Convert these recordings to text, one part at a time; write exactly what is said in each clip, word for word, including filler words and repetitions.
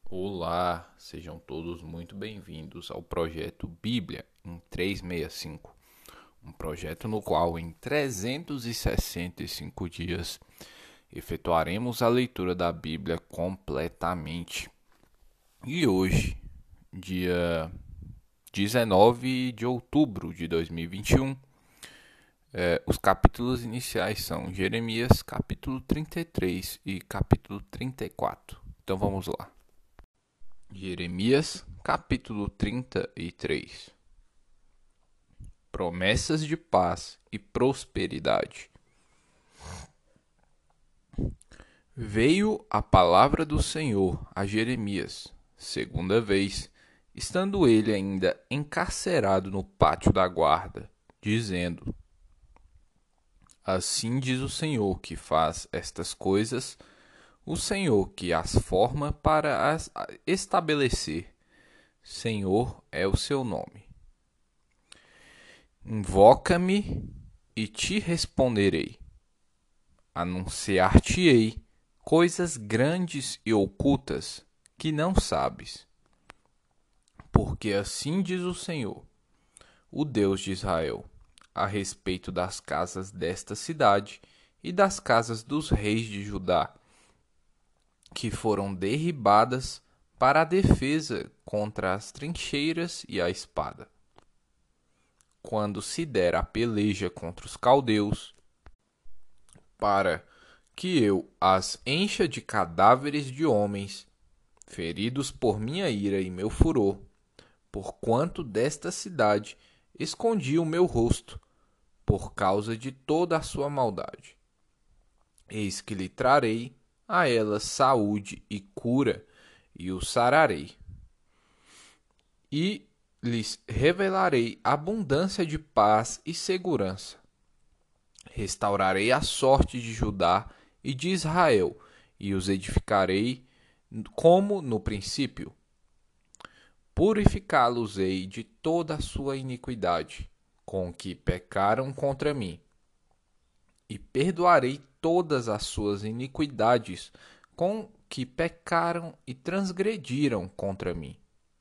Olá, sejam todos muito bem-vindos ao projeto Bíblia em trezentos e sessenta e cinco, um projeto no qual em trezentos e sessenta e cinco dias efetuaremos a leitura da Bíblia completamente. E hoje, dia dezenove de outubro de dois mil e vinte e um, eh, os capítulos iniciais são Jeremias, capítulo trinta e três e capítulo trinta e quatro. Então vamos lá. Jeremias, capítulo trinta e três. Promessas de paz e prosperidade. Veio a palavra do Senhor a Jeremias, segunda vez, estando ele ainda encarcerado no pátio da guarda, dizendo: Assim diz o Senhor que faz estas coisas, o Senhor que as forma para as estabelecer. Senhor é o seu nome. Invoca-me e te responderei. Anunciar-te-ei coisas grandes e ocultas que não sabes. Porque assim diz o Senhor, o Deus de Israel, a respeito das casas desta cidade e das casas dos reis de Judá, que foram derribadas para a defesa contra as trincheiras e a espada. Quando se der a peleja contra os caldeus, para que eu as encha de cadáveres de homens, feridos por minha ira e meu furor, porquanto desta cidade escondi o meu rosto, por causa de toda a sua maldade. Eis que lhe trarei a ela saúde e cura, e o sararei. E lhes revelarei abundância de paz e segurança. Restaurarei a sorte de Judá e de Israel, e os edificarei como no princípio. Purificá-los-ei de toda a sua iniquidade, com que pecaram contra mim. E perdoarei todas as suas iniquidades, com que pecaram e transgrediram contra mim.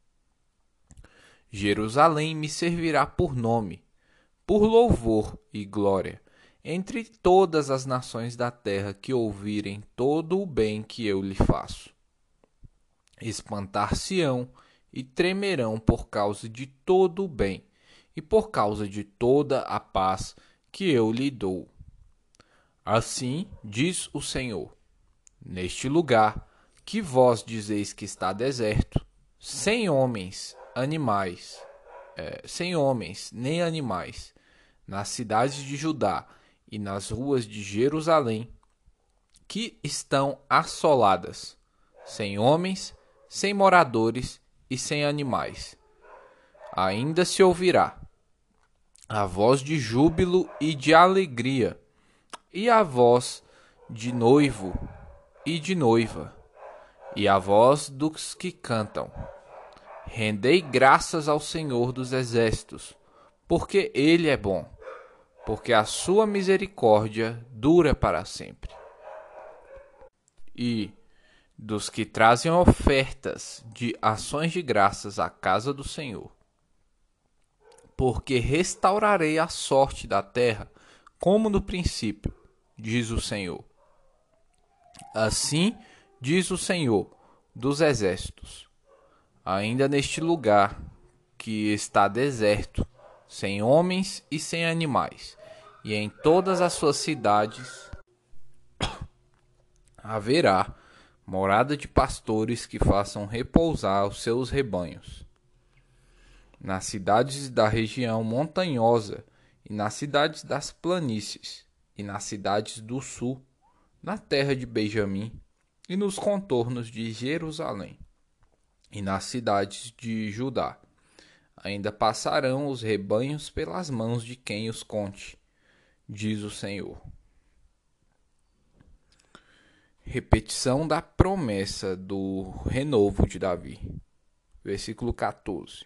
Jerusalém me servirá por nome, por louvor e glória, entre todas as nações da terra que ouvirem todo o bem que eu lhe faço. Espantar-se-ão e tremerão por causa de todo o bem e por causa de toda a paz que eu lhe dou. Assim diz o Senhor, neste lugar que vós dizeis que está deserto, sem homens, animais, é, sem homens nem animais, nas cidades de Judá e nas ruas de Jerusalém, que estão assoladas, sem homens, sem moradores e sem animais. Ainda se ouvirá a voz de júbilo e de alegria, e a voz de noivo e de noiva, e a voz dos que cantam. Rendei graças ao Senhor dos Exércitos, porque Ele é bom, porque a sua misericórdia dura para sempre. E dos que trazem ofertas de ações de graças à casa do Senhor, porque restaurarei a sorte da terra, como no princípio, diz o Senhor. Assim diz o Senhor dos Exércitos, ainda neste lugar que está deserto, sem homens e sem animais, e em todas as suas cidades haverá morada de pastores que façam repousar os seus rebanhos. Nas cidades da região montanhosa, e nas cidades das planícies, e nas cidades do sul, na terra de Benjamim, e nos contornos de Jerusalém, e nas cidades de Judá. Ainda passarão os rebanhos pelas mãos de quem os conte, diz o Senhor. Repetição da promessa do renovo de Davi. Versículo quatorze.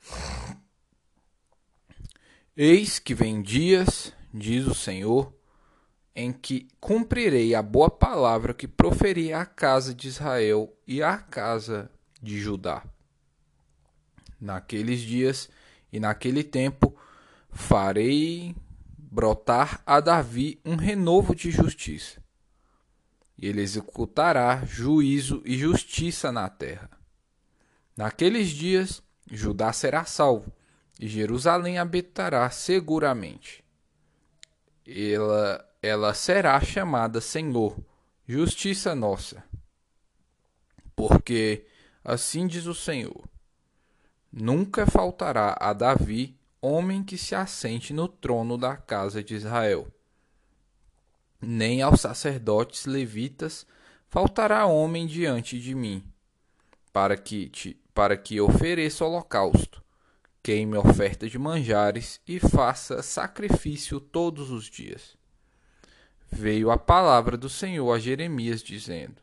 Eis que vem dias, diz o Senhor, em que cumprirei a boa palavra que proferi à casa de Israel e à casa de Judá. Naqueles dias e naquele tempo farei brotar a Davi um renovo de justiça. E ele executará juízo e justiça na terra. Naqueles dias Judá será salvo e Jerusalém habitará seguramente. Ela, ela será chamada Senhor, justiça nossa. Porque assim diz o Senhor: nunca faltará a Davi homem que se assente no trono da casa de Israel. Nem aos sacerdotes levitas faltará homem diante de mim, para que, te, para que ofereça holocausto, queime oferta de manjares e faça sacrifício todos os dias. Veio a palavra do Senhor a Jeremias, dizendo: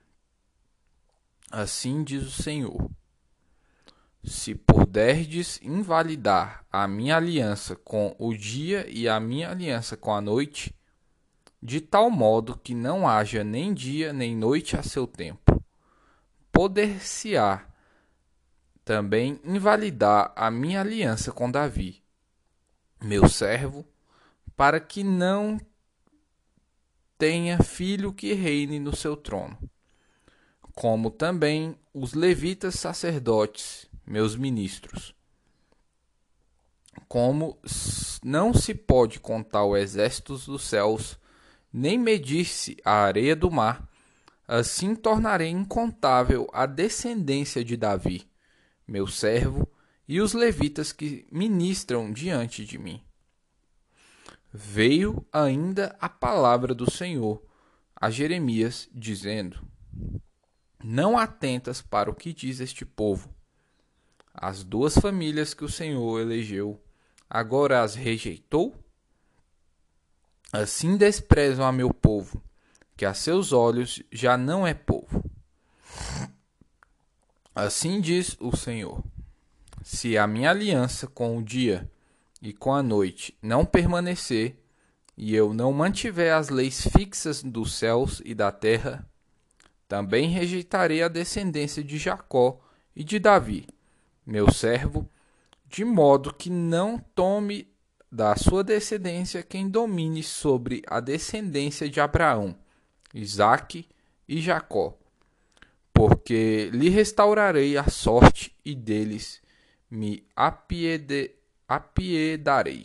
assim diz o Senhor: se puderdes invalidar a minha aliança com o dia e a minha aliança com a noite, de tal modo que não haja nem dia nem noite a seu tempo, poder-se-á também invalidar a minha aliança com Davi, meu servo, para que não tenha filho que reine no seu trono, como também os levitas sacerdotes, meus ministros. Como não se pode contar o exército dos céus, nem medir-se a areia do mar, assim tornarei incontável a descendência de Davi, meu servo, e os levitas que ministram diante de mim. Veio ainda a palavra do Senhor a Jeremias, dizendo: não atentas para o que diz este povo. As duas famílias que o Senhor elegeu, agora as rejeitou? Assim desprezam a meu povo, que a seus olhos já não é povo. Assim diz o Senhor: se a minha aliança com o dia e com a noite não permanecer, e eu não mantiver as leis fixas dos céus e da terra, também rejeitarei a descendência de Jacó e de Davi, meu servo, de modo que não tome da sua descendência quem domine sobre a descendência de Abraão, Isaque e Jacó, porque lhe restaurarei a sorte e deles me apiede, apiedarei.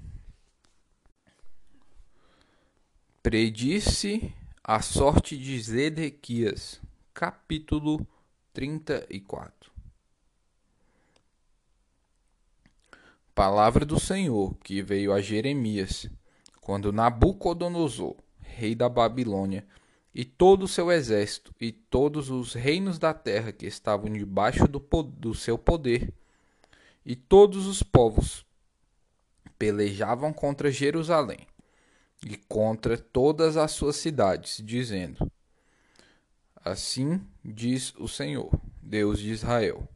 Predisse a sorte de Zedequias, capítulo trinta e quatro. Palavra do Senhor que veio a Jeremias, quando Nabucodonosor, rei da Babilônia, e todo o seu exército e todos os reinos da terra que estavam debaixo do, do seu poder, e todos os povos pelejavam contra Jerusalém e contra todas as suas cidades, dizendo: assim diz o Senhor, Deus de Israel: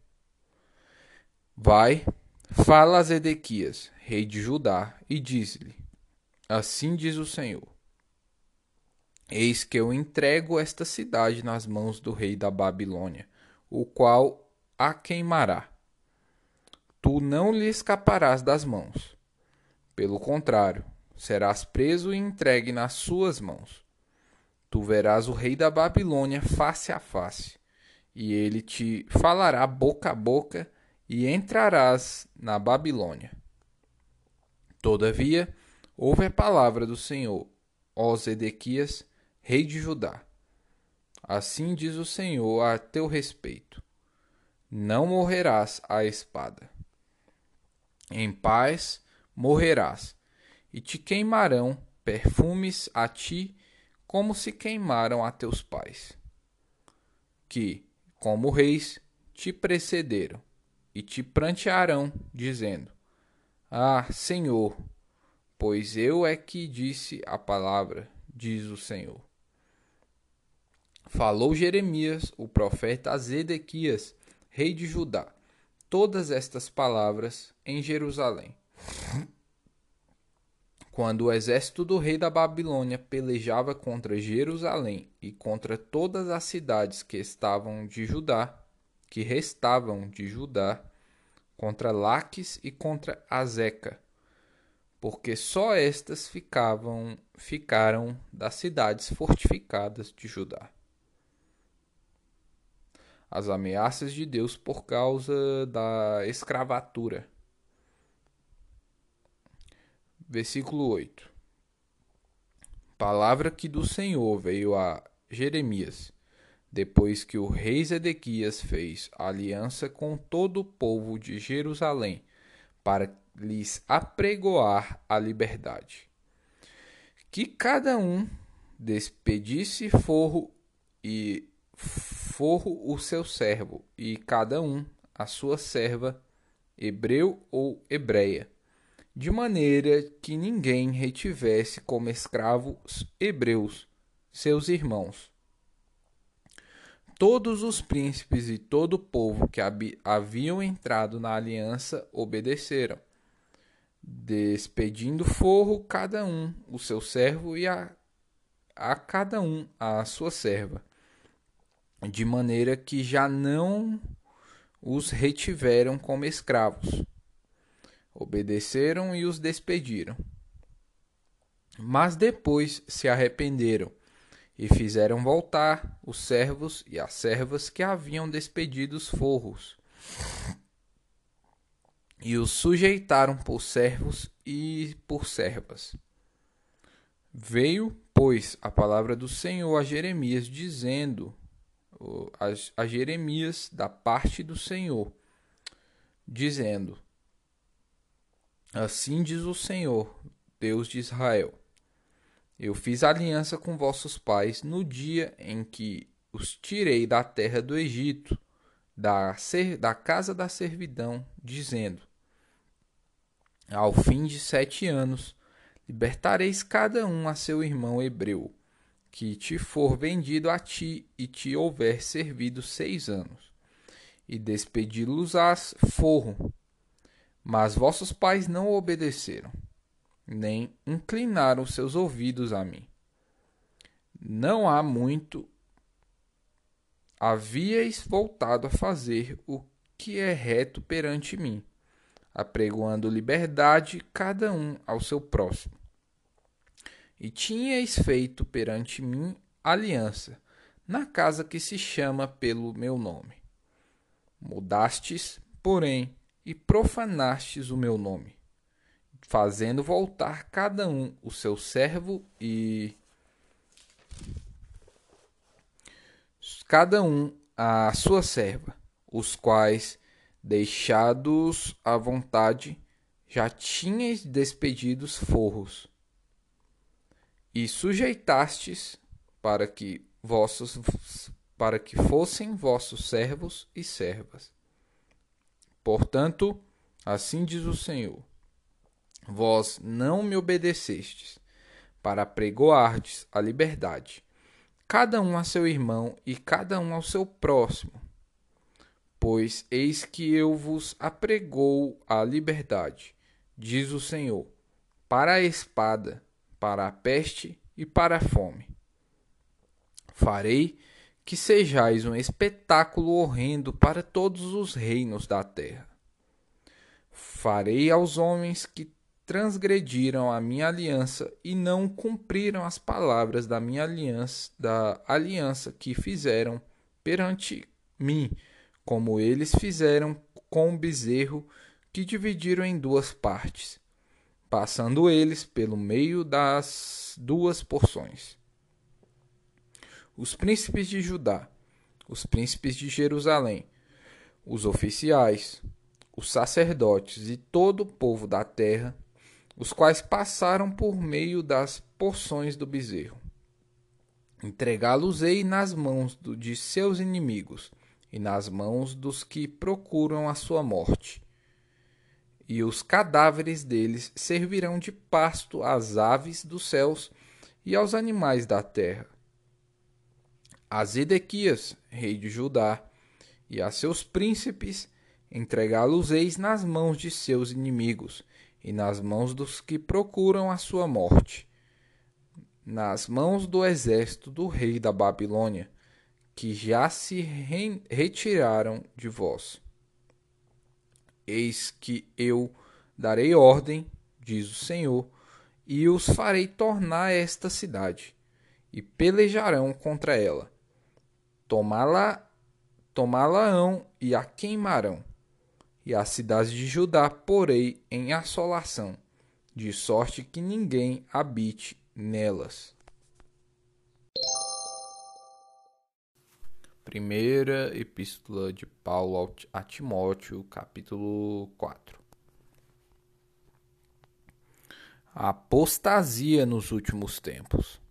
vai, fala a Zedequias, rei de Judá, e diz-lhe: assim diz o Senhor: eis que eu entrego esta cidade nas mãos do rei da Babilônia, o qual a queimará. Tu não lhe escaparás das mãos. Pelo contrário, serás preso e entregue nas suas mãos. Tu verás o rei da Babilônia face a face, e ele te falará boca a boca, e entrarás na Babilônia. Todavia, ouve a palavra do Senhor, ó Zedequias, rei de Judá. Assim diz o Senhor a teu respeito: não morrerás à espada. Em paz morrerás, e te queimarão perfumes a ti, como se queimaram a teus pais, que, como reis, te precederam, e te prantearão, dizendo: ah, Senhor, pois eu é que disse a palavra, diz o Senhor. Falou Jeremias, o profeta, a Zedequias, rei de Judá, todas estas palavras em Jerusalém, quando o exército do rei da Babilônia pelejava contra Jerusalém e contra todas as cidades que estavam de Judá, que restavam de Judá contra Laques e contra Azeca, porque só estas ficavam, ficaram das cidades fortificadas de Judá. As ameaças de Deus por causa da escravatura. Versículo oito. Palavra que do Senhor veio a Jeremias, depois que o rei Zedequias fez aliança com todo o povo de Jerusalém, para lhes apregoar a liberdade. Que cada um despedisse forro e forro o seu servo, e cada um a sua serva, hebreu ou hebreia, de maneira que ninguém retivesse como escravos hebreus seus irmãos. Todos os príncipes e todo o povo que haviam entrado na aliança obedeceram, despedindo forro cada um o seu servo e a, a cada um a sua serva, de maneira que já não os retiveram como escravos. Obedeceram e os despediram. Mas depois se arrependeram e fizeram voltar os servos e as servas que haviam despedido os forros, e os sujeitaram por servos e por servas. Veio, pois, a palavra do Senhor a Jeremias, dizendo, a Jeremias da parte do Senhor, dizendo: Assim diz o Senhor, Deus de Israel: Eu fiz aliança com vossos pais no dia em que os tirei da terra do Egito, da, ser, da casa da servidão, dizendo: Ao fim de sete anos, libertareis cada um a seu irmão hebreu, que te for vendido a ti e te houver servido seis anos, e despedi-los-ás forro. Mas vossos pais não obedeceram, nem inclinaram seus ouvidos a mim. Não há muito havíeis voltado a fazer o que é reto perante mim, apregoando liberdade cada um ao seu próximo. E tinhais feito perante mim aliança, na casa que se chama pelo meu nome. Mudastes, porém, e profanastes o meu nome, fazendo voltar cada um o seu servo e cada um a sua serva, os quais, deixados à vontade, já tinhais despedidos forros, e sujeitastes para que vossos para que fossem vossos servos e servas. Portanto, assim diz o Senhor: Vós não me obedecestes, para pregoardes a liberdade, cada um a seu irmão e cada um ao seu próximo. Pois eis que eu vos apregoo a liberdade, diz o Senhor, para a espada, para a peste e para a fome. Farei que sejais um espetáculo horrendo para todos os reinos da terra. Farei aos homens que transgrediram a minha aliança e não cumpriram as palavras da minha aliança, da aliança que fizeram perante mim, como eles fizeram com o bezerro que dividiram em duas partes, passando eles pelo meio das duas porções. Os príncipes de Judá, os príncipes de Jerusalém, os oficiais, os sacerdotes e todo o povo da terra, os quais passaram por meio das porções do bezerro. Entregá-los-ei nas mãos de seus inimigos e nas mãos dos que procuram a sua morte. E os cadáveres deles servirão de pasto às aves dos céus e aos animais da terra. A Zedequias, rei de Judá, e a seus príncipes, entregá-los-eis nas mãos de seus inimigos, e nas mãos dos que procuram a sua morte, nas mãos do exército do rei da Babilônia, que já se re- retiraram de vós. Eis que eu darei ordem, diz o Senhor, e os farei tornar a esta cidade, e pelejarão contra ela. Tomá-la, tomá-la-ão e a queimarão, e as cidades de Judá porei em assolação, de sorte que ninguém habite nelas. Primeira Epístola de Paulo a Timóteo, capítulo quatro. A apostasia nos últimos tempos.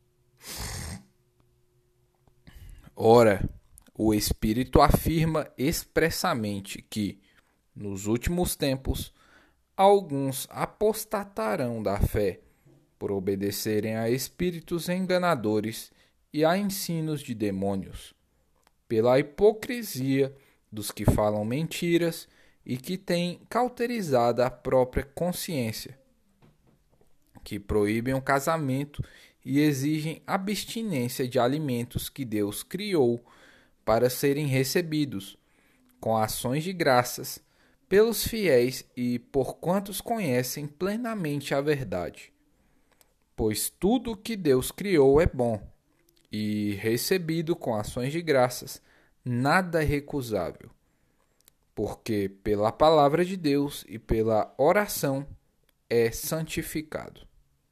Ora, o Espírito afirma expressamente que, nos últimos tempos, alguns apostatarão da fé, por obedecerem a espíritos enganadores e a ensinos de demônios, pela hipocrisia dos que falam mentiras e que têm cauterizado a própria consciência, que proíbem o casamento e exigem abstinência de alimentos que Deus criou para serem recebidos, com ações de graças, pelos fiéis e por quantos conhecem plenamente a verdade. Pois tudo o que Deus criou é bom, e recebido com ações de graças, nada é recusável, porque pela palavra de Deus e pela oração é santificado.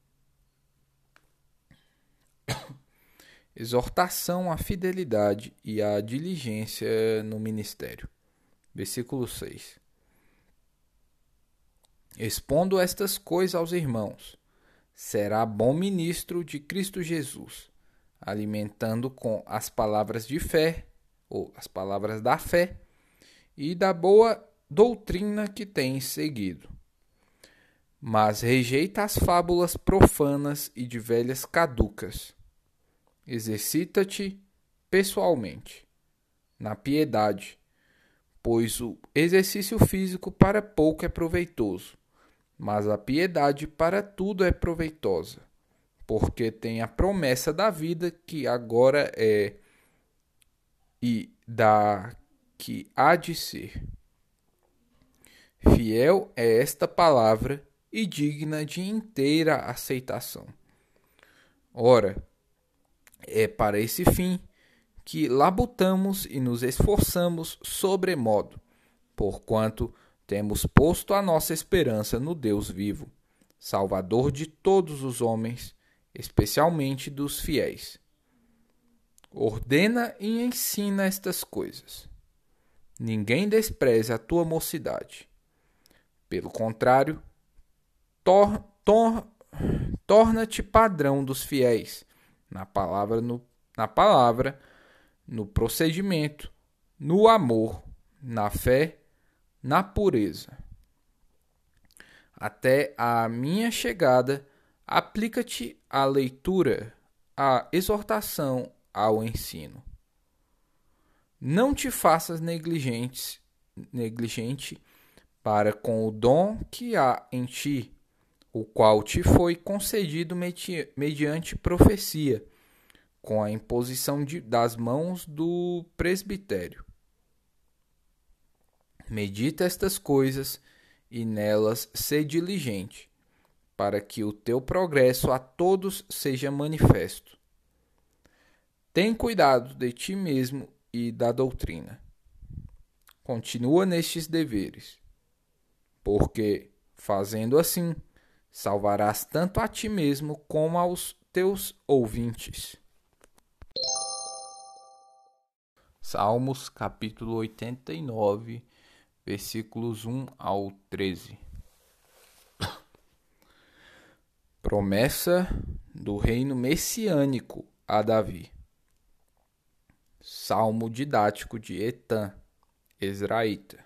Exortação à fidelidade e à diligência no ministério. Versículo seis. Expondo estas coisas aos irmãos, será bom ministro de Cristo Jesus, alimentando com as palavras de fé, ou as palavras da fé, e da boa doutrina que tens seguido. Mas rejeita as fábulas profanas e de velhas caducas. Exercita-te pessoalmente, na piedade, pois o exercício físico para pouco é proveitoso, mas a piedade para tudo é proveitosa, porque tem a promessa da vida que agora é e da que há de ser. Fiel é esta palavra e digna de inteira aceitação. Ora, é para esse fim que labutamos e nos esforçamos sobremodo, porquanto temos posto a nossa esperança no Deus vivo, Salvador de todos os homens, especialmente dos fiéis. Ordena e ensina estas coisas. Ninguém despreze a tua mocidade. Pelo contrário, tor tor torna-te padrão dos fiéis, na palavra, no, na palavra, no procedimento, no amor, na fé, na pureza. Até a minha chegada, aplica-te à leitura, à exortação, ao ensino. Não te faças negligente, negligente para com o dom que há em ti, o qual te foi concedido medi mediante profecia, com a imposição de, das mãos do presbitério. Medita estas coisas e nelas sê diligente, para que o teu progresso a todos seja manifesto. Tem cuidado de ti mesmo e da doutrina. Continua nestes deveres, porque, fazendo assim, salvarás tanto a ti mesmo como aos teus ouvintes. Salmos capítulo oitenta e nove, versículos um ao treze. Promessa do reino messiânico a Davi. Salmo didático de Etã, Ezraíta.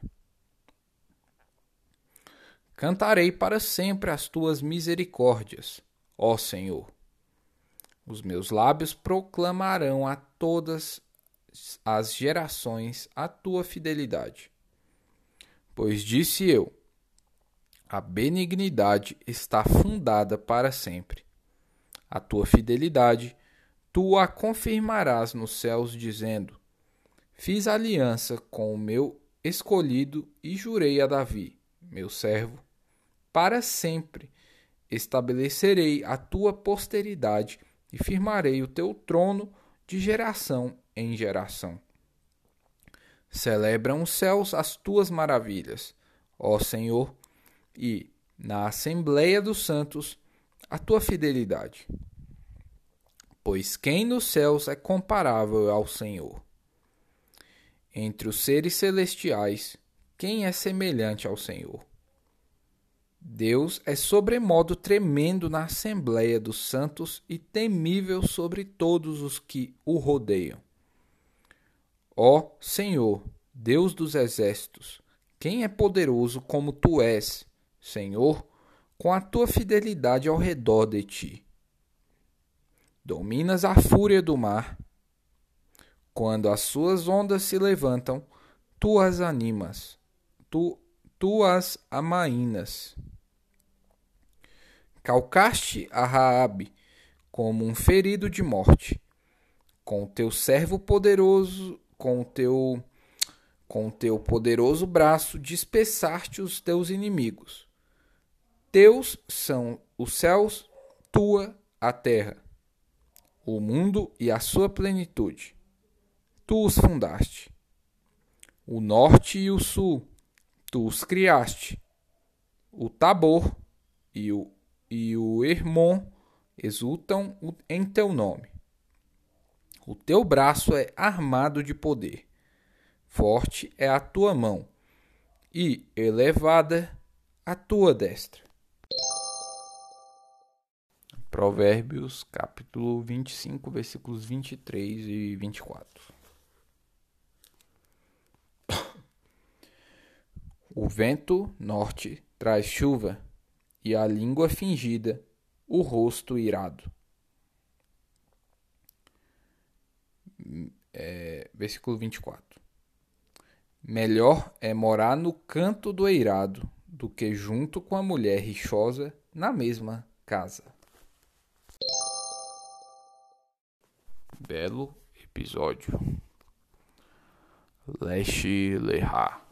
Cantarei para sempre as tuas misericórdias, ó Senhor. Os meus lábios proclamarão a todas as gerações a tua fidelidade. Pois disse eu, a benignidade está fundada para sempre. A tua fidelidade, tu a confirmarás nos céus, dizendo, Fiz aliança com o meu escolhido e jurei a Davi, meu servo, para sempre estabelecerei a tua posteridade e firmarei o teu trono de geração em geração. Celebram os céus as tuas maravilhas, ó Senhor, e, na Assembleia dos Santos, a tua fidelidade. Pois quem nos céus é comparável ao Senhor? Entre os seres celestiais, quem é semelhante ao Senhor? Deus é sobremodo tremendo na Assembleia dos Santos e temível sobre todos os que o rodeiam. Ó Senhor, Deus dos exércitos, quem é poderoso como tu és, Senhor, com a tua fidelidade ao redor de ti? Dominas a fúria do mar. Quando as suas ondas se levantam, tu as animas, tu, tu as amainas. Calcaste a Raabe como um ferido de morte. Com teu servo poderoso, com teu com teu poderoso braço dispersaste os teus inimigos. Teus são os céus, tua a terra, o mundo e a sua plenitude. Tu os fundaste. O norte e o sul, tu os criaste. O Tabor e o, e o Hermon exultam em teu nome. O teu braço é armado de poder. Forte é a tua mão e elevada a tua destra. Provérbios, capítulo vinte e cinco, versículos vinte e três e vinte e quatro. O vento norte traz chuva, e a língua fingida, o rosto irado. É, versículo vinte e quatro. Melhor é morar no canto do eirado do que junto com a mulher rixosa na mesma casa. Belo episódio. Leste Lerra.